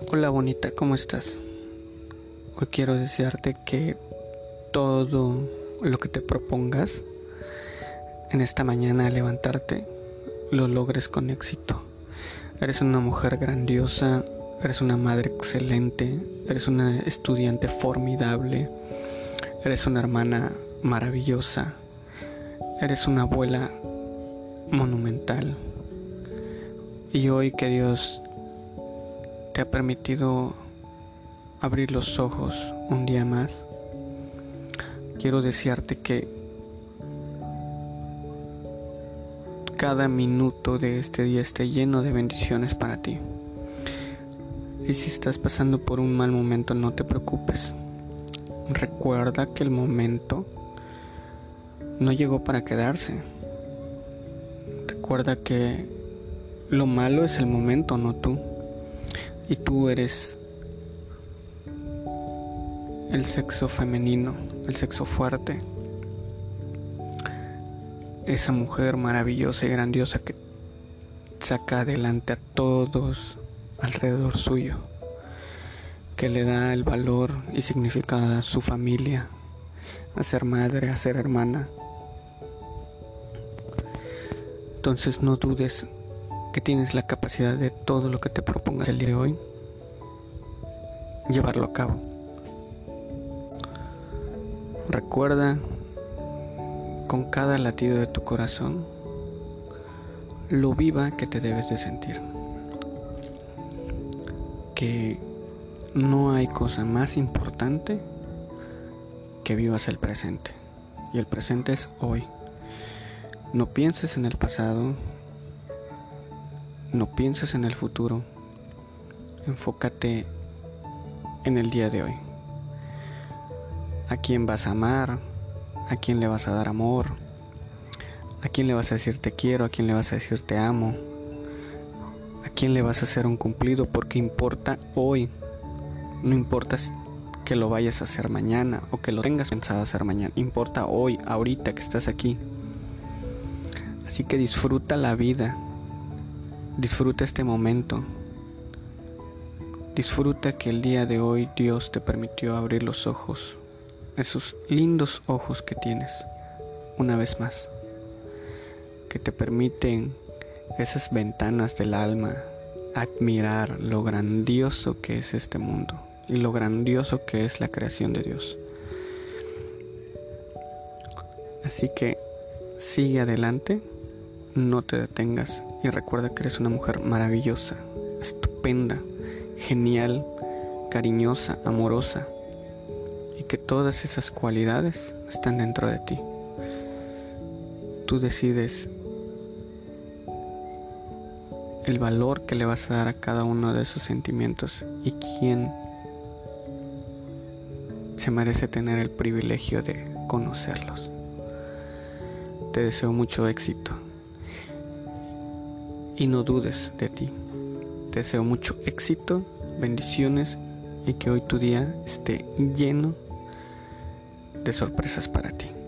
Hola bonita, ¿cómo estás? Hoy quiero desearte que todo lo que te propongas en esta mañana al levantarte lo logres con éxito. Eres una mujer grandiosa, eres una madre excelente, eres una estudiante formidable, eres una hermana maravillosa, eres una abuela monumental. Y hoy que Dios te ha permitido abrir los ojos un día más, quiero desearte que cada minuto de este día esté lleno de bendiciones para ti. Y si estás pasando por un mal momento, no te preocupes. Recuerda que el momento no llegó para quedarse. Recuerda que lo malo es el momento, no tú. Y tú eres el sexo femenino, el sexo fuerte, esa mujer maravillosa y grandiosa que saca adelante a todos alrededor suyo, que le da el valor y significado a su familia, a ser madre, a ser hermana. Entonces no dudes que tienes la capacidad de todo lo que te propongas el día de hoy, llevarlo a cabo. Recuerda con cada latido de tu corazón lo viva que te debes de sentir, que no hay cosa más importante que vivas el presente, y el presente es hoy. No pienses en el pasado, no pienses en el futuro, enfócate en el día de hoy. ¿A quién vas a amar? ¿A quién le vas a dar amor? ¿A quién le vas a decir te quiero? ¿A quién le vas a decir te amo? ¿A quién le vas a hacer un cumplido? Porque importa hoy. No importa que lo vayas a hacer mañana o que lo tengas pensado hacer mañana. Importa hoy, ahorita que estás aquí. Así que disfruta la vida. Disfruta este momento. Disfruta que el día de hoy Dios te permitió abrir los ojos. Esos lindos ojos que tienes, una vez más, que te permiten esas ventanas del alma admirar lo grandioso que es este mundo y lo grandioso que es la creación de Dios. Así que sigue adelante, no te detengas y recuerda que eres una mujer maravillosa, estupenda, genial, cariñosa, amorosa, y que todas esas cualidades están dentro de ti. Tú decides el valor que le vas a dar a cada uno de esos sentimientos y quién se merece tener el privilegio de conocerlos. Te deseo mucho éxito y no dudes de ti. Te deseo mucho éxito, bendiciones y que hoy tu día esté lleno de sorpresas para ti.